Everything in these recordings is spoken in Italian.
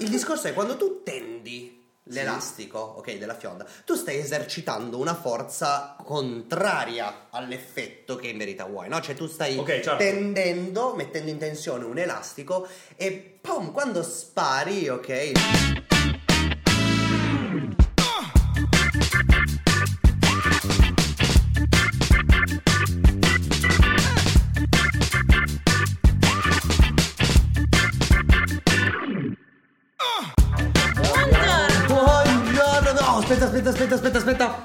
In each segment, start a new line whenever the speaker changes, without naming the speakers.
il discorso è quando tu tendi l'elastico, ok, della fionda, tu stai esercitando una forza contraria all'effetto che in verità vuoi, no? Cioè tu stai tendendo, mettendo in tensione un elastico e pum, quando spari, ok? Aspetta.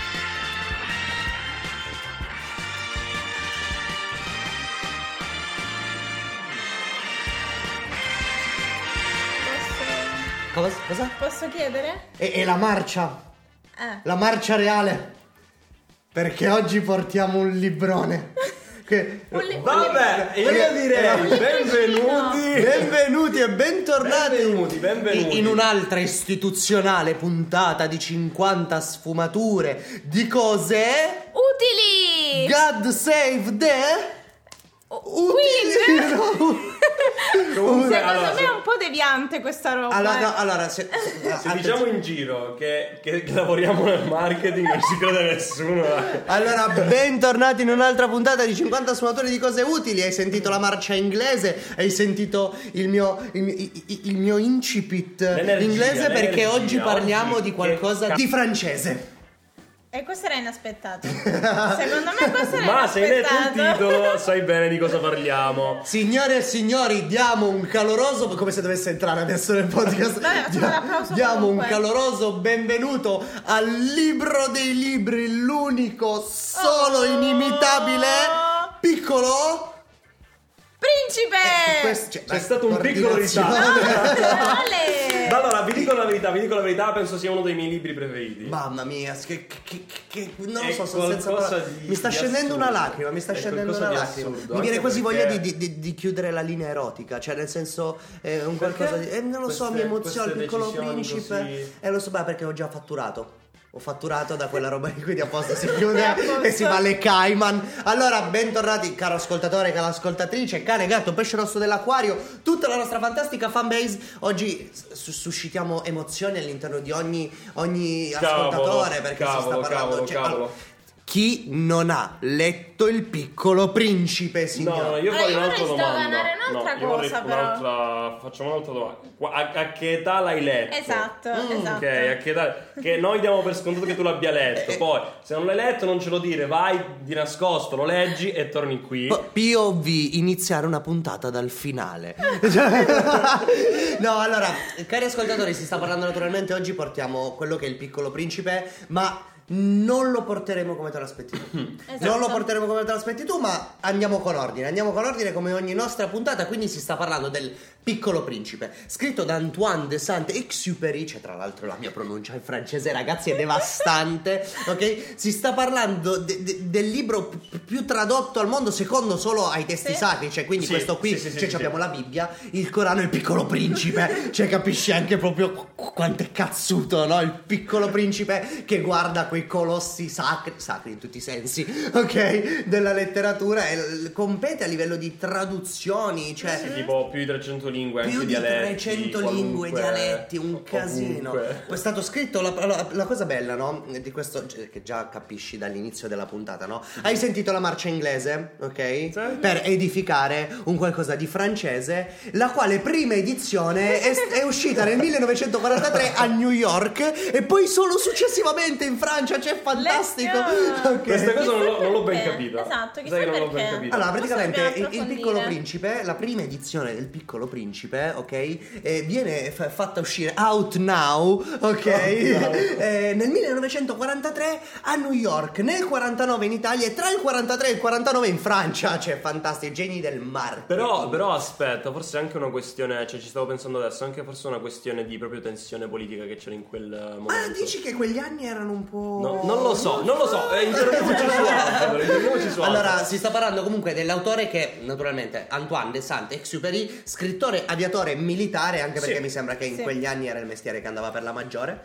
Cosa?
Posso chiedere?
È la marcia. La marcia reale. Perché oggi portiamo un librone.
Vabbè, io direi
benvenuti e bentornati in un'altra istituzionale puntata di 50 sfumature di cose
utili.
God save the utili.
Comunque, secondo me è un po' deviante questa roba.
Allora,
se diciamo in giro che lavoriamo nel marketing non ci crede nessuno.
Allora, bentornati in un'altra puntata di 50 sfumature di cose utili. Hai sentito la marcia inglese? Hai sentito il mio incipit inglese? Perché oggi parliamo di qualcosa di francese.
E questo era inaspettato. Secondo me questo era
Ma se hai letto il
inaspettato.
titolo sai bene di cosa parliamo.
Signore e signori, diamo un caloroso, come se dovesse entrare adesso nel podcast. Diamo un caloroso benvenuto al libro dei libri, l'unico, solo, inimitabile, piccolo
Principe.
C'è stato un piccolo ritardo. Allora, vi dico la verità, penso sia uno dei miei libri preferiti.
Mamma mia, che non lo so, sono senza parole. Mi sta scendendo una lacrima, mi viene quasi voglia di chiudere la linea erotica, cioè nel senso è un qualcosa di non lo so, mi emoziona il piccolo principe. Lo so, perché ho già fatturato. Ho fatturato da quella roba di cui di apposta si chiude e si va alle Cayman. Allora, bentornati caro ascoltatore, cara ascoltatrice, cane, gatto, pesce rosso dell'acquario, tutta la nostra fantastica fanbase. Oggi suscitiamo emozioni all'interno di ogni ascoltatore, perché si sta parlando. Chi non ha letto Il Piccolo Principe, signore?
No, io farei un'altra domanda. Facciamo un'altra domanda. A che età l'hai letto?
Esatto.
Ok, a che età? Che noi diamo per scontato che tu l'abbia letto. Poi, se non l'hai letto, non ce lo dire. Vai di nascosto, lo leggi e torni qui.
POV, iniziare una puntata dal finale. No, allora, cari ascoltatori, si sta parlando naturalmente. Oggi portiamo quello che è Il Piccolo Principe, ma non lo porteremo come te lo aspetti tu. Esatto. Non lo porteremo come te lo aspetti tu, ma andiamo con ordine come ogni nostra puntata. Quindi si sta parlando del Piccolo Principe, scritto da Antoine de Saint-Exupéry. Cioè, tra l'altro la mia pronuncia in francese, ragazzi, è devastante. Ok? Si sta parlando del libro più tradotto al mondo, secondo solo ai testi sacri. Cioè, quindi questo qui, abbiamo la Bibbia, il Corano e Il Piccolo Principe. Cioè, capisci anche proprio quanto è cazzuto, no? Il Piccolo Principe che guarda quei colossi sacri in tutti i sensi, ok, della letteratura, e compete a livello di traduzioni, cioè
tipo più di 300 lingue,
più
anche
di
dialetti,
300 lingue, dialetti, un casino. È stato scritto la cosa bella, no, di questo, che già capisci dall'inizio della puntata, no? Hai sentito la marcia inglese, ok? Sì. Per edificare un qualcosa di francese, la quale prima edizione è uscita nel 1943 a New York e poi solo successivamente in Francia. C'è fantastico.
Okay. Questa cosa non l'ho ben capita.
Esatto, chissà perché.
Allora, praticamente il Piccolo Principe, la prima edizione del Piccolo Principe, ok, viene fatta uscire out now, ok, nel 1943 a New York, nel 49 in Italia e tra il 43 e il 49 in Francia. Cioè, fantastici, geni del marketing.
Però aspetta, forse è anche una questione, cioè ci stavo pensando adesso, anche forse una questione di proprio tensione politica che c'era in quel momento.
Ma dici che quegli anni erano un po'
No, non lo so, interroghiamoci su altro.
Allora, si sta parlando comunque dell'autore che, naturalmente, Antoine de Saint-Exupéry, scrittore, aviatore militare, anche perché
Sì.
mi sembra che in quegli anni era il mestiere che andava per la maggiore.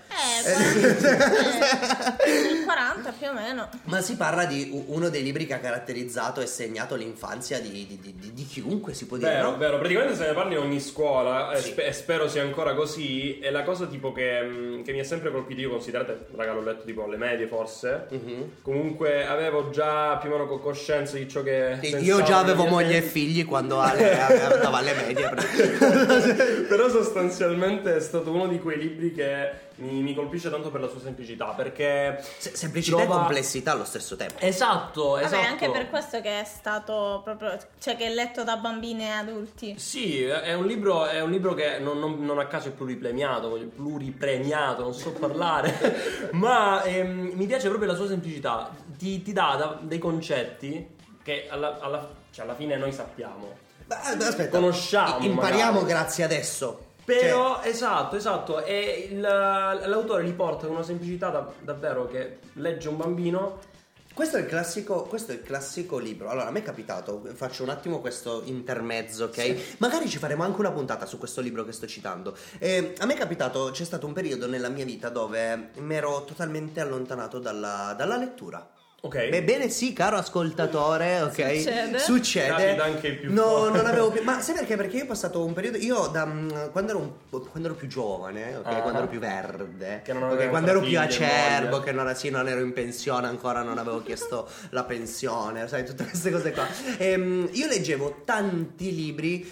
40 più o meno.
Ma si parla di uno dei libri che ha caratterizzato e segnato l'infanzia di chiunque, si può dire,
Vero,
no?
vero, praticamente se ne parla in ogni scuola
Sì.
e spero sia ancora così. È la cosa tipo che mi ha sempre colpito. Io considerate, raga, l'ho letto tipo alle medie forse. Comunque avevo già più o meno coscienza di ciò che
Io già avevo moglie e figli quando andavo alle medie.
Però sostanzialmente è stato uno di quei libri che mi colpisce tanto per la sua semplicità, perché
Semplicità e complessità allo stesso tempo.
Esatto.
Vabbè, anche per questo che è stato proprio, cioè che è letto da bambini e adulti.
Sì, è un libro che non a caso è pluripremiato, non so parlare, ma mi piace proprio la sua semplicità. Ti dà dei concetti che alla fine noi sappiamo.
Aspetta,
conosciamo,
impariamo
magari.
grazie adesso.
Però esatto, e l'autore li porta con una semplicità davvero che legge un bambino.
Questo è il classico libro. Allora, a me è capitato, faccio un attimo questo intermezzo, ok? Sì. Magari ci faremo anche una puntata su questo libro che sto citando. A me è capitato, c'è stato un periodo nella mia vita dove mi ero totalmente allontanato dalla lettura.
Ok.
Bene, sì, caro ascoltatore, ok? Succede.
Capita anche il più
No,
forte.
non avevo più. Ma sai perché? Perché io ho passato un periodo. Io quando ero più giovane, ok? Quando ero più verde,
Che non
ok?
avevo
Quando ero più
figli e
acerbo,
moglie.
che non ero in pensione ancora, non avevo chiesto la pensione, sai, tutte queste cose qua. Io leggevo tanti libri,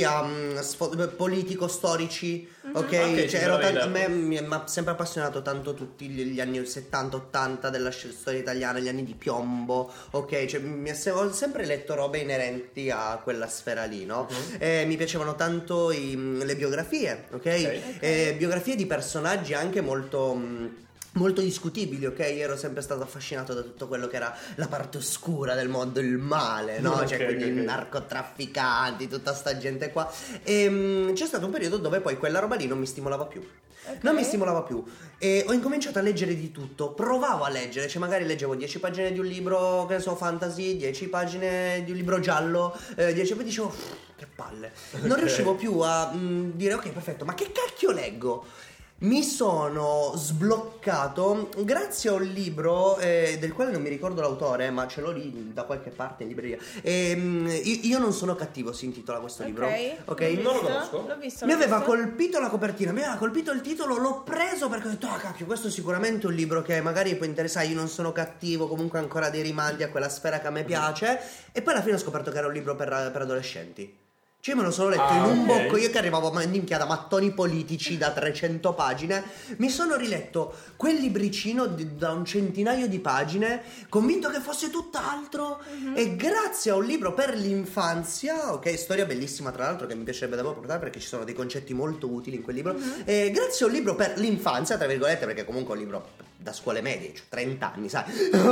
ok? Politico-storici, ok? Cioè, a me mi ha sempre appassionato tanto tutti gli anni 70-80 della storia italiana, gli anni di piombo, ok? Cioè, ho sempre letto robe inerenti a quella sfera lì, no? Mi piacevano tanto le biografie, ok? Biografie di personaggi anche molto discutibili, ok? Io ero sempre stato affascinato da tutto quello che era la parte oscura del mondo, il male, no? Cioè, quindi narcotrafficanti, tutta sta gente qua. E c'è stato un periodo dove poi quella roba lì non mi stimolava più. Non mi stimolava più e ho incominciato a leggere di tutto. Provavo a leggere, cioè magari leggevo 10 pagine di un libro, che ne so, fantasy, 10 pagine di un libro giallo, 10, poi dicevo che palle. Non riuscivo più a dire ok, perfetto, ma che cacchio leggo? Mi sono sbloccato grazie a un libro del quale non mi ricordo l'autore, ma ce l'ho lì da qualche parte in libreria. Io non sono cattivo, si intitola questo libro. Ok?
Non lo conosco.
L'ho visto.
Mi aveva colpito la copertina, mi aveva colpito il titolo, l'ho preso perché ho detto cacchio, questo è sicuramente un libro che magari può interessare, io non sono cattivo, comunque ancora dei rimandi a quella sfera che a me piace. E poi alla fine ho scoperto che era un libro per adolescenti. Cioè me lo sono letto in un bocco, io che arrivavo a minchia da mattoni politici da 300 pagine, mi sono riletto quel libricino da un centinaio di pagine, convinto che fosse tutt'altro, e grazie a un libro per l'infanzia, ok, storia bellissima tra l'altro che mi piacerebbe davvero portare perché ci sono dei concetti molto utili in quel libro, e grazie a un libro per l'infanzia, tra virgolette, perché comunque è un libro da scuole medie, cioè 30 anni, sai,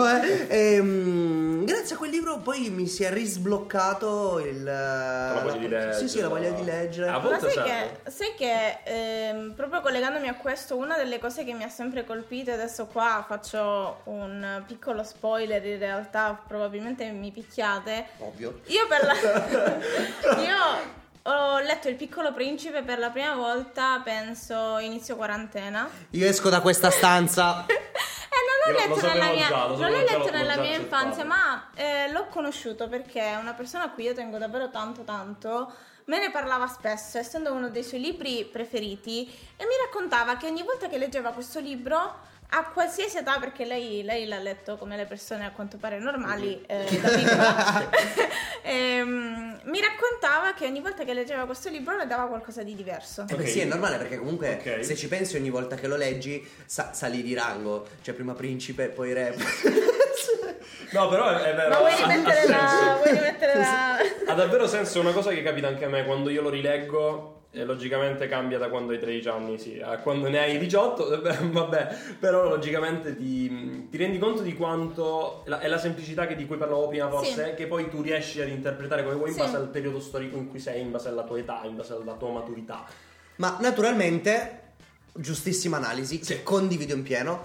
grazie a quel libro poi mi si è risbloccato
la voglia di leggere.
Sì, la voglia di leggere.
Ma sai che proprio collegandomi a questo, una delle cose che mi ha sempre colpito, adesso qua faccio un piccolo spoiler, in realtà probabilmente mi picchiate.
Ovvio.
Io ho letto Il Piccolo Principe per la prima volta, penso inizio quarantena.
Io esco da questa stanza.
Non l'ho letto
l'ho
nella
già
mia infanzia,
accettato.
ma l'ho conosciuto perché è una persona a cui io tengo davvero tanto. Me ne parlava spesso, essendo uno dei suoi libri preferiti, e mi raccontava che ogni volta che leggeva questo libro, a qualsiasi età, perché lei l'ha letto come le persone a quanto pare normali da piccola, mi raccontava che ogni volta che leggeva questo libro le dava qualcosa di diverso.
Beh, sì, è normale perché comunque se ci pensi ogni volta che lo leggi sali di rango, cioè prima principe, poi re.
No, però è vero.
Ma vuoi rimettere la...
Ha davvero senso, è una cosa che capita anche a me quando io lo rileggo. E logicamente cambia da quando hai 13 anni, sì, a quando ne hai 18, vabbè, però logicamente ti rendi conto di quanto è la semplicità di cui parlavo prima forse, che poi tu riesci ad interpretare come vuoi in base al periodo storico in cui sei, in base alla tua età, in base alla tua maturità.
Ma naturalmente, giustissima analisi, che condivido in pieno.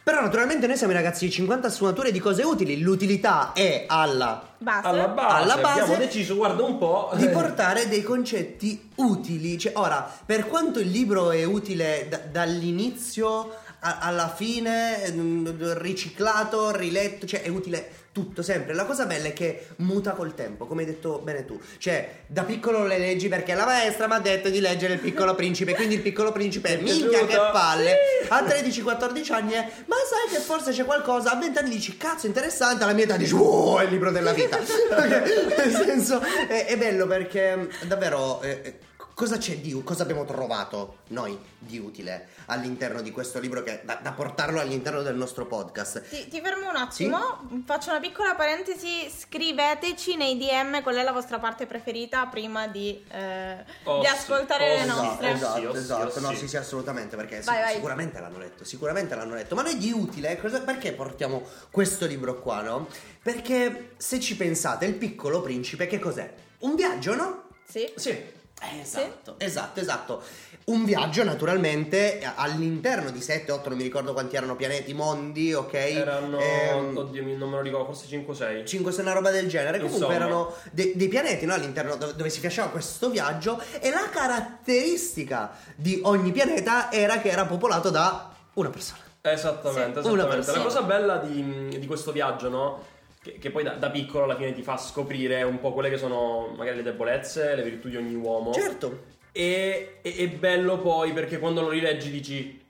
Però naturalmente noi siamo i ragazzi di 50 sfumature di cose utili. L'utilità è alla
Base.
Alla base abbiamo deciso, guarda un po',
di portare dei concetti utili. Cioè, ora, per quanto il libro è utile dall'inizio alla fine, riciclato, riletto, cioè è utile tutto sempre. La cosa bella è che muta col tempo, come hai detto bene tu. Cioè, da piccolo le leggi perché la maestra mi ha detto di leggere Il Piccolo Principe, quindi Il Piccolo Principe è minchia che palle.
Sì.
A 13-14 anni è, ma sai che forse c'è qualcosa. A 20 anni dici cazzo interessante, alla mia età dici oh, è il libro della vita. Nel senso è bello perché davvero cosa abbiamo trovato noi di utile all'interno di questo libro che da portarlo all'interno del nostro podcast.
Ti fermo un attimo, faccio una piccola parentesi, scriveteci nei DM qual è la vostra parte preferita prima di ascoltare le nostre.
Esatto. No, sì, assolutamente, perché
vai.
sicuramente l'hanno letto. Ma noi di utile, perché portiamo questo libro qua, no? Perché se ci pensate, Il Piccolo Principe che cos'è? Un viaggio, no?
Sì.
Esatto. Un viaggio naturalmente all'interno di 7-8, non mi ricordo quanti erano pianeti, mondi, ok?
Erano, oddio, non me lo ricordo, forse 5-6.
5-6, una roba del genere. Comunque
Insomma,
erano dei pianeti, no? All'interno dove si faceva questo viaggio. E la caratteristica di ogni pianeta era che era popolato da una persona.
Esattamente.
Una persona.
La cosa bella di questo viaggio, no? Che poi da piccolo alla fine ti fa scoprire un po' quelle che sono magari le debolezze, le virtù di ogni uomo.
Certo.
E è bello poi perché quando lo rileggi dici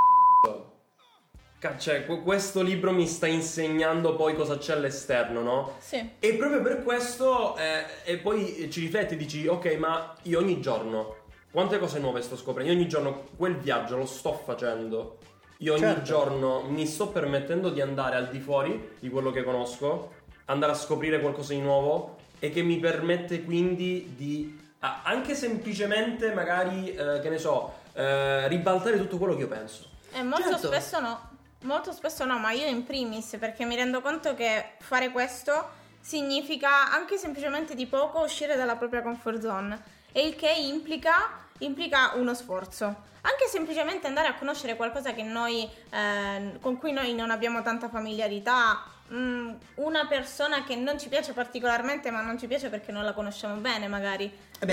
cioè questo libro mi sta insegnando poi cosa c'è all'esterno, no?
Sì.
E proprio per questo e poi ci rifletti e dici ok, ma io ogni giorno quante cose nuove sto scoprendo, io ogni giorno quel viaggio lo sto facendo. Io ogni giorno mi sto permettendo di andare al di fuori di quello che conosco, andare a scoprire qualcosa di nuovo e che mi permette quindi di anche semplicemente magari, che ne so, ribaltare tutto quello che io penso.
Molto spesso no, ma io in primis, perché mi rendo conto che fare questo significa anche semplicemente di poco uscire dalla propria comfort zone, e il che implica uno sforzo. Anche semplicemente andare a conoscere qualcosa che noi con cui noi non abbiamo tanta familiarità, una persona che non ci piace particolarmente, ma non ci piace perché non la conosciamo bene magari.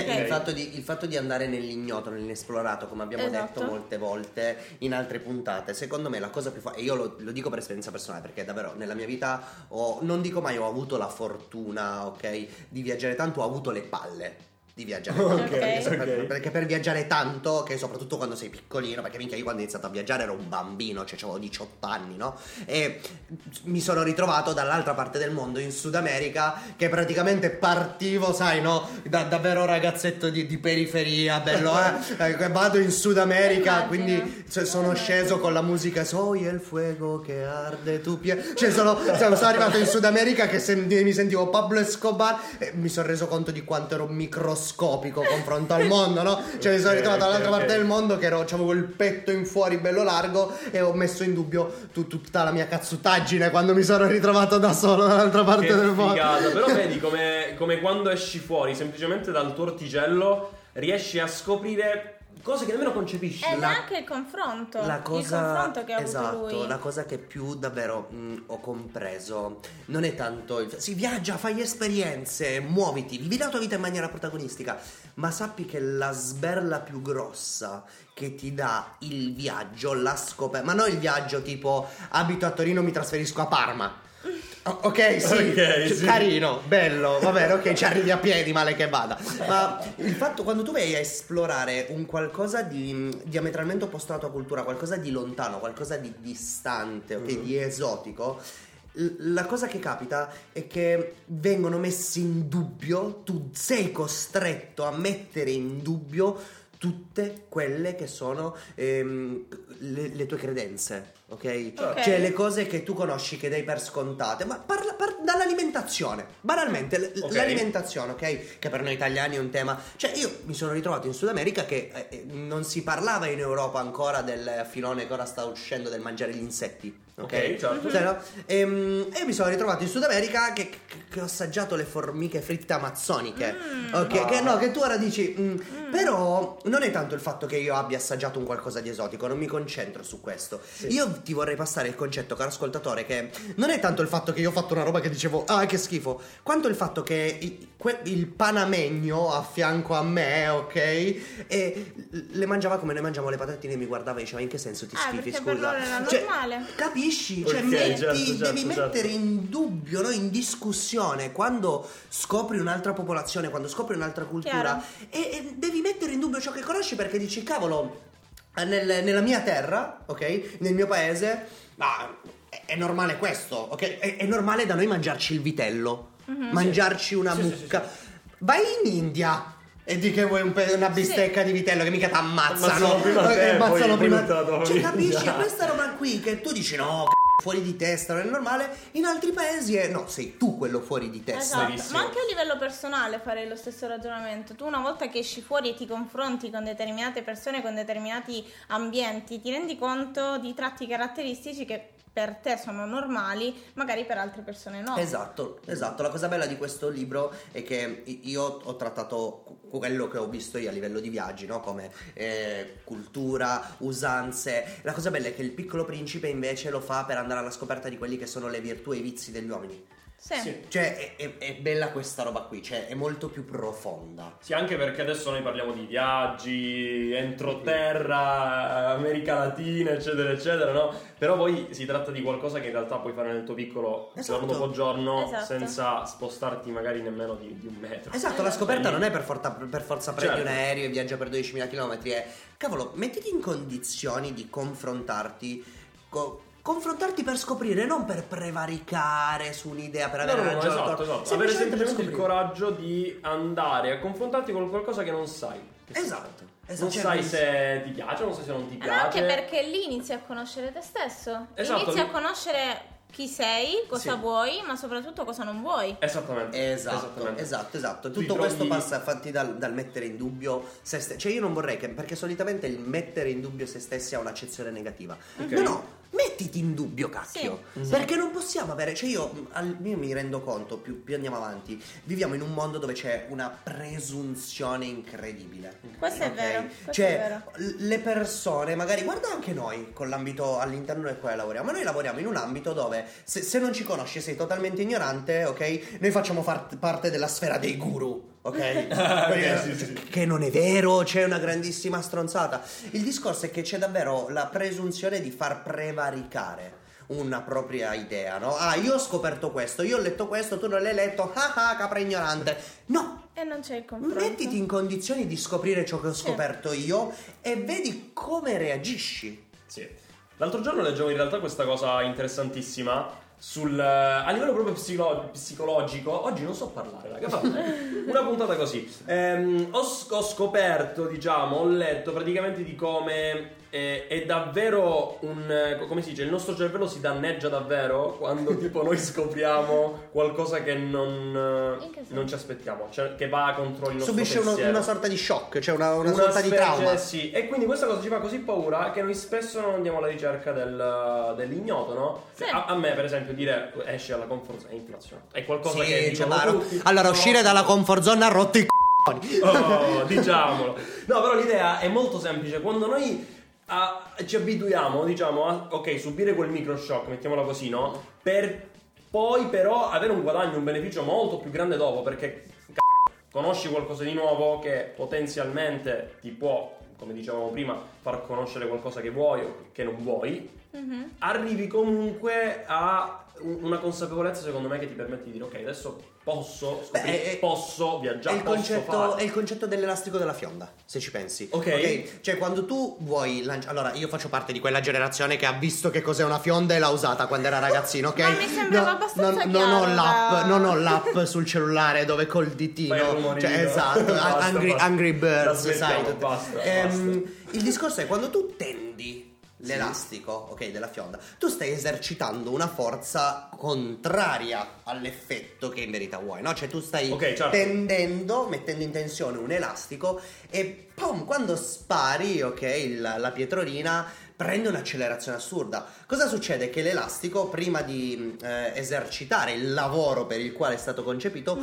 Il fatto di andare nell'ignoto, nell'inesplorato, come abbiamo detto molte volte in altre puntate, secondo me la cosa più e io lo dico per esperienza personale, perché davvero nella mia vita non dico mai ho avuto la fortuna, ok, di viaggiare tanto, ho avuto le palle di viaggiare perché per viaggiare tanto, che soprattutto quando sei piccolino, perché minchia io quando ho iniziato a viaggiare ero un bambino, cioè avevo 18 anni, no? E mi sono ritrovato dall'altra parte del mondo, in Sud America, che praticamente partivo, sai, no? Davvero ragazzetto di periferia, bello, vado in Sud America, quindi sono sceso con la musica Soy el fuego che arde tu cioè sono arrivato in Sud America che mi sentivo Pablo Escobar e mi sono reso conto di quanto ero microscopico confronto al mondo, no? Cioè mi sono ritrovato dall'altra parte del mondo che c'avevo il petto in fuori bello largo e ho messo in dubbio tutta la mia cazzutaggine quando mi sono ritrovato da solo dall'altra parte del mondo.
Però vedi come quando esci fuori semplicemente dal tuo orticello riesci a scoprire cose che nemmeno concepisci.
Ed anche il confronto che ha avuto lui.
La cosa che più davvero ho compreso non è tanto si viaggia, fai esperienze, muoviti, vivi la tua vita in maniera protagonistica, ma sappi che la sberla più grossa che ti dà il viaggio, la scoperta, ma non il viaggio tipo abito a Torino, mi trasferisco a Parma. Ok, sì, carino, bello, va bene, ok, ci arrivi a piedi, male che vada. Ma il fatto, quando tu vai a esplorare un qualcosa di diametralmente opposto alla tua cultura, qualcosa di lontano, qualcosa di distante, ok, di esotico, la cosa che capita è che vengono messi in dubbio, tu sei costretto a mettere in dubbio tutte quelle che sono le tue credenze, ok? Cioè le cose che tu conosci, che dai per scontate, ma parla dall'alimentazione, banalmente l'alimentazione, ok? Che per noi italiani è un tema, cioè io mi sono ritrovato in Sud America che non si parlava in Europa ancora del filone che ora sta uscendo del mangiare gli insetti.
Ok, certo.
Cioè, no? E mi sono ritrovato in Sud America che ho assaggiato le formiche fritte amazzoniche. Che tu ora dici però non è tanto il fatto che io abbia assaggiato un qualcosa di esotico, non mi concentro su questo. Io ti vorrei passare il concetto, caro ascoltatore, che non è tanto il fatto che io ho fatto una roba che dicevo che schifo, quanto il fatto che il panamegno a fianco a me, ok, e le mangiava come noi mangiamo le patatine e mi guardava e diceva: in che senso ti schifi,
perché
scusa?
per loro era
Cioè,
normale.
capisci?
Ok,
Devi
certo.
mettere in dubbio, no? In discussione quando scopri un'altra popolazione, quando scopri un'altra cultura, e devi mettere in dubbio ciò che conosci, perché dici: cavolo, nella mia terra, ok, nel mio paese, è normale questo, ok? È normale da noi mangiarci il vitello, mangiarci una mucca. Vai in India e di che vuoi una bistecca di vitello che mica ti ammazzano prima. Cioè, capisci? Questa roba qui che tu dici no, fuori di testa, non è normale. In altri paesi no, sei tu quello fuori di testa.
Esatto. Ma anche a livello personale farei lo stesso ragionamento. Tu una volta che esci fuori e ti confronti con determinate persone, con determinati ambienti, ti rendi conto di tratti caratteristici che per te sono normali, magari per altre persone no.
Esatto. La cosa bella di questo libro è che io ho trattato quello che ho visto io a livello di viaggi, no? Come cultura, usanze. La cosa bella è che Il Piccolo Principe invece lo fa per andare alla scoperta di quelli che sono le virtù e i vizi degli uomini.
Sì.
Cioè è bella questa roba qui, cioè è molto più profonda.
Sì, anche perché adesso noi parliamo di viaggi, entroterra, America Latina, eccetera, eccetera, no? Però poi si tratta di qualcosa che in realtà puoi fare nel tuo piccolo giorno dopo giorno, senza spostarti magari nemmeno di un metro.
Esatto, la scoperta non è per forza prendi un
Certo.
aereo e viaggia per 12.000 km, è cavolo, mettiti in condizioni di confrontarti per scoprire, non per prevaricare su un'idea, per avere ragione.
Esatto. Avere semplicemente il coraggio di andare a confrontarti con qualcosa che non sai.
Esatto.
Non sai se ti piace, non sai se non ti piace.
Anche perché lì inizi a conoscere te stesso.
Esatto.
Inizi a conoscere chi sei, cosa vuoi, ma soprattutto cosa non vuoi.
Esattamente.
Esatto. Tutto questo passa infatti dal mettere in dubbio se stessi. Cioè io non vorrei perché solitamente il mettere in dubbio se stessi ha un'accezione negativa.
Okay.
No, mettiti in dubbio, cacchio.
Sì.
Perché non possiamo avere, cioè io mi rendo conto, più andiamo avanti, viviamo in un mondo dove c'è una presunzione incredibile.
Questo è vero.
Cioè, le persone, magari, guarda anche noi con l'ambito all'interno del quale lavoriamo. Noi lavoriamo in un ambito dove se non ci conosci sei totalmente ignorante, ok? Noi facciamo parte della sfera dei guru. Ok?
Sì.
Che non è vero, c'è una grandissima stronzata. Il discorso è che c'è davvero la presunzione di far prevaricare una propria idea, no? Io ho scoperto questo, io ho letto questo, tu non l'hai letto, capra ignorante. No!
E non c'è il confronto.
Mettiti in condizioni di scoprire ciò che ho scoperto io e vedi come reagisci.
Sì. L'altro giorno leggevo in realtà questa cosa interessantissima a livello proprio psicologico. Oggi non so parlare, raga, una puntata così. Ho scoperto, diciamo, ho letto praticamente di come è davvero come si dice, il nostro cervello si danneggia davvero quando tipo noi scopriamo qualcosa che non ci aspettiamo, cioè che va contro il nostro
Subisce
pensiero.
una sorta di shock, cioè una sorta di trauma.
Sì, e quindi questa cosa ci fa così paura che noi spesso non andiamo alla ricerca dell'ignoto, no?
Sì.
A me, per esempio, dire esci dalla comfort zone è inflazionato. È qualcosa
Sì,
che dicono tutti.
allora, uscire dalla comfort zone ha rotto i
diciamolo. No, però l'idea è molto semplice. Quando noi ci abituiamo, diciamo, a subire quel micro shock, mettiamola così, no? Per poi però avere un guadagno, un beneficio molto più grande dopo, perché conosci qualcosa di nuovo che potenzialmente ti può, come dicevamo prima, far conoscere qualcosa che vuoi o che non vuoi. Arrivi comunque a una consapevolezza, secondo me, che ti permette di dire ok, adesso posso scoprire, posso viaggiare,
è il concetto dell'elastico della fionda, se ci pensi.
Ok.
Cioè quando tu vuoi allora io faccio parte di quella generazione che ha visto che cos'è una fionda e l'ha usata quando era ragazzino, ok?
Ma mi sembrava abbastanza chiaro
non ho l'app sul cellulare dove col ditino, cioè, esatto,
Basta.
Angry Birds, sai.
Basta.
Il discorso è quando tu tendi l'elastico, ok, della fionda, tu stai esercitando una forza contraria all'effetto che in verità vuoi, no? Cioè tu stai mettendo in tensione un elastico e pum, quando spari, ok, la pietrolina prende un'accelerazione assurda. Cosa succede? Che l'elastico, prima di esercitare il lavoro per il quale è stato concepito,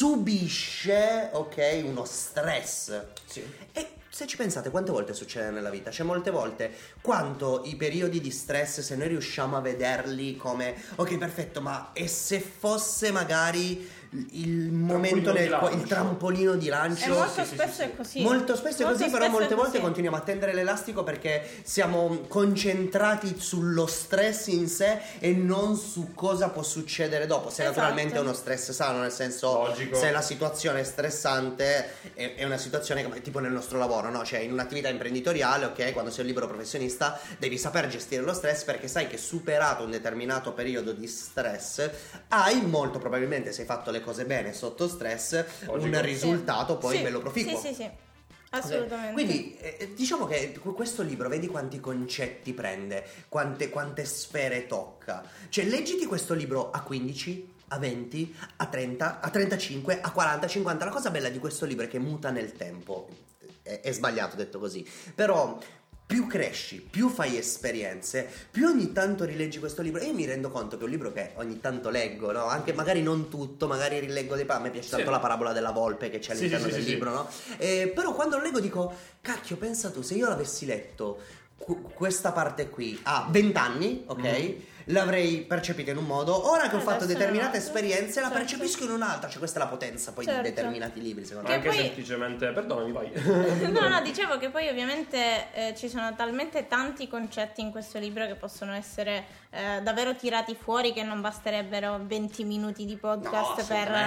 subisce, ok, uno stress.
Sì.
E se ci pensate, quante volte succede nella vita? Cioè, molte volte, quanto i periodi di stress, se noi riusciamo a vederli come, ok, perfetto, ma e se fosse magari il momento il trampolino di lancio?
E molto spesso è così.
Molto spesso è così, però molte volte continuiamo a tendere l'elastico perché siamo concentrati sullo stress in sé e non su cosa può succedere dopo. Se naturalmente è uno stress sano, nel senso,
logico.
Se la situazione è stressante, è una situazione come tipo nel nostro lavoro, no? Cioè in un'attività imprenditoriale, ok, quando sei un libero professionista devi saper gestire lo stress, perché sai che superato un determinato periodo di stress hai molto probabilmente, se hai fatto le cose bene sotto stress, un risultato poi bello proficuo.
Sì, assolutamente.
Quindi diciamo che questo libro, vedi quanti concetti prende, quante sfere tocca. Cioè leggiti questo libro a 15, a 20, a 30, a 35, a 40, a 50. La cosa bella di questo libro è che muta nel tempo. È sbagliato detto così, però più cresci, più fai esperienze, più ogni tanto rileggi questo libro. E io mi rendo conto che è un libro che ogni tanto leggo, no? Anche magari non tutto, magari rileggo a me piace tanto la parabola della volpe che c'è all'interno del libro, no? Però quando lo leggo dico, cacchio, pensa tu, se io l'avessi letto questa parte qui a 20 anni, ok? L'avrei percepita in un modo. Ora che ho fatto determinate esperienze, la percepisco in un'altra. Cioè questa è la potenza poi di determinati libri, secondo me.
Anche semplicemente, perdonami, vai.
No, dicevo che poi ovviamente ci sono talmente tanti concetti in questo libro che possono essere davvero tirati fuori, che non basterebbero 20 minuti di podcast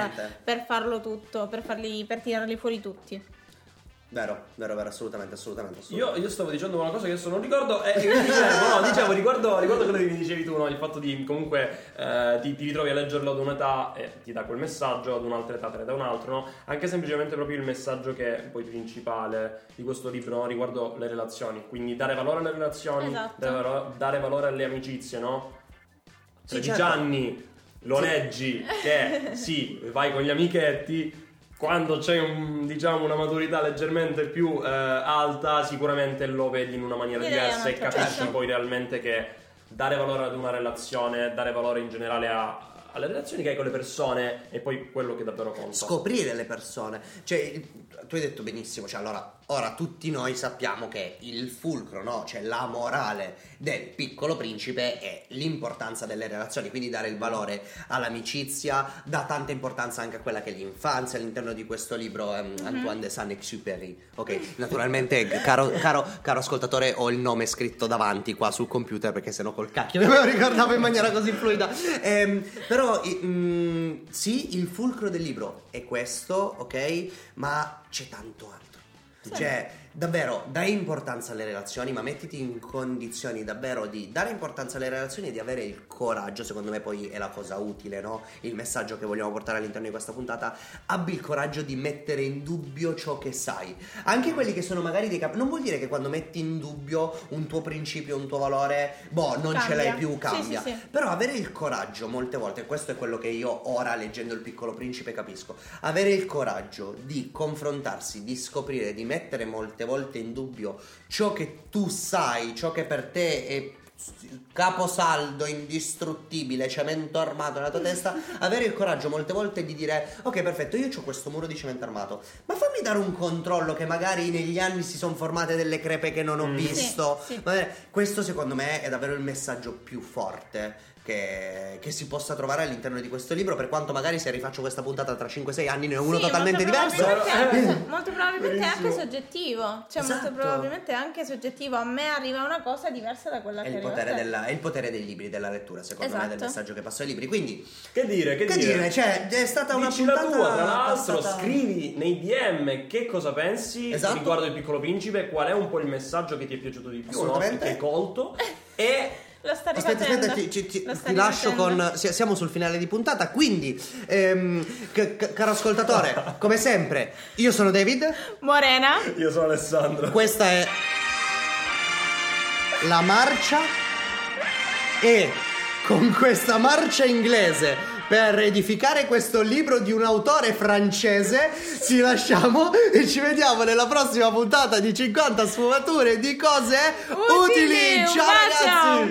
per farlo tutto, per tirarli fuori tutti.
Vero, assolutamente.
Io stavo dicendo una cosa che adesso non ricordo. Dicevo, ricordo quello che mi dicevi tu, no? Il fatto di comunque ti ritrovi a leggerlo ad un'età e ti dà quel messaggio, ad un'altra età te ne dà un altro, no? Anche semplicemente proprio il messaggio che è poi principale di questo libro, no? Riguardo le relazioni. Quindi dare valore alle relazioni, dare valore alle amicizie, no? 13 anni lo leggi che vai con gli amichetti. Quando c'è una maturità leggermente più alta, sicuramente lo vedi in una maniera diversa e capisci poi realmente che dare valore ad una relazione, dare valore in generale alle relazioni che hai con le persone è poi quello che davvero conta. Scoprire le persone. Cioè, tu hai detto benissimo, cioè allora, ora tutti noi sappiamo che il fulcro, no? Cioè la morale del Piccolo Principe è l'importanza delle relazioni, quindi dare il valore all'amicizia, dà tanta importanza anche a quella che è l'infanzia. All'interno di questo libro Antoine de Saint-Exupéry, ok, naturalmente caro ascoltatore, ho il nome scritto davanti qua sul computer perché sennò col cacchio non me lo ricordavo in maniera così fluida, però sì, il fulcro del libro è questo, ok, ma c'è tanto altro. Cioè, davvero, dai importanza alle relazioni, ma mettiti in condizioni davvero di dare importanza alle relazioni e di avere il coraggio. Secondo me poi è la cosa utile, no? Il messaggio che vogliamo portare all'interno di questa puntata: abbi il coraggio di mettere in dubbio ciò che sai. Anche quelli che sono magari non vuol dire che quando metti in dubbio un tuo principio, un tuo valore, non ce l'hai più, cambia. Sì. Però avere il coraggio, molte volte, questo è quello che io ora leggendo Il Piccolo Principe capisco, avere il coraggio di confrontarsi, di scoprire, di mettere molte volte in dubbio ciò che tu sai, ciò che per te è caposaldo, indistruttibile, cemento armato nella tua testa. Avere il coraggio molte volte di dire: ok, perfetto, io ho questo muro di cemento armato, ma fammi dare un controllo che magari negli anni si sono formate delle crepe che non ho visto. Sì. Questo secondo me è davvero il messaggio più forte che si possa trovare all'interno di questo libro, per quanto magari se rifaccio questa puntata tra 5-6 anni ne ho uno totalmente diverso.
Molto probabilmente è anche soggettivo, cioè molto probabilmente è anche soggettivo. A me arriva una cosa diversa da quella che arriva a te.
È il potere dei libri, della lettura, secondo me, del messaggio che passo ai libri. Quindi
che dire?
Cioè, è stata una
dici
puntata
la tua, tra l'altro, scrivi nei DM che cosa pensi riguardo Il Piccolo Principe, qual è un po' il messaggio che ti è piato di più, no? Che hai colto e
lo sta rifacendo.
Aspetta, ti lascio con. Siamo sul finale di puntata. Quindi, caro ascoltatore, come sempre, io sono David
Morena.
Io sono Alessandro.
Questa è la marcia e con questa marcia inglese per edificare questo libro di un autore francese ci lasciamo e ci vediamo nella prossima puntata di 50 sfumature di cose utili. Ciao ragazzi!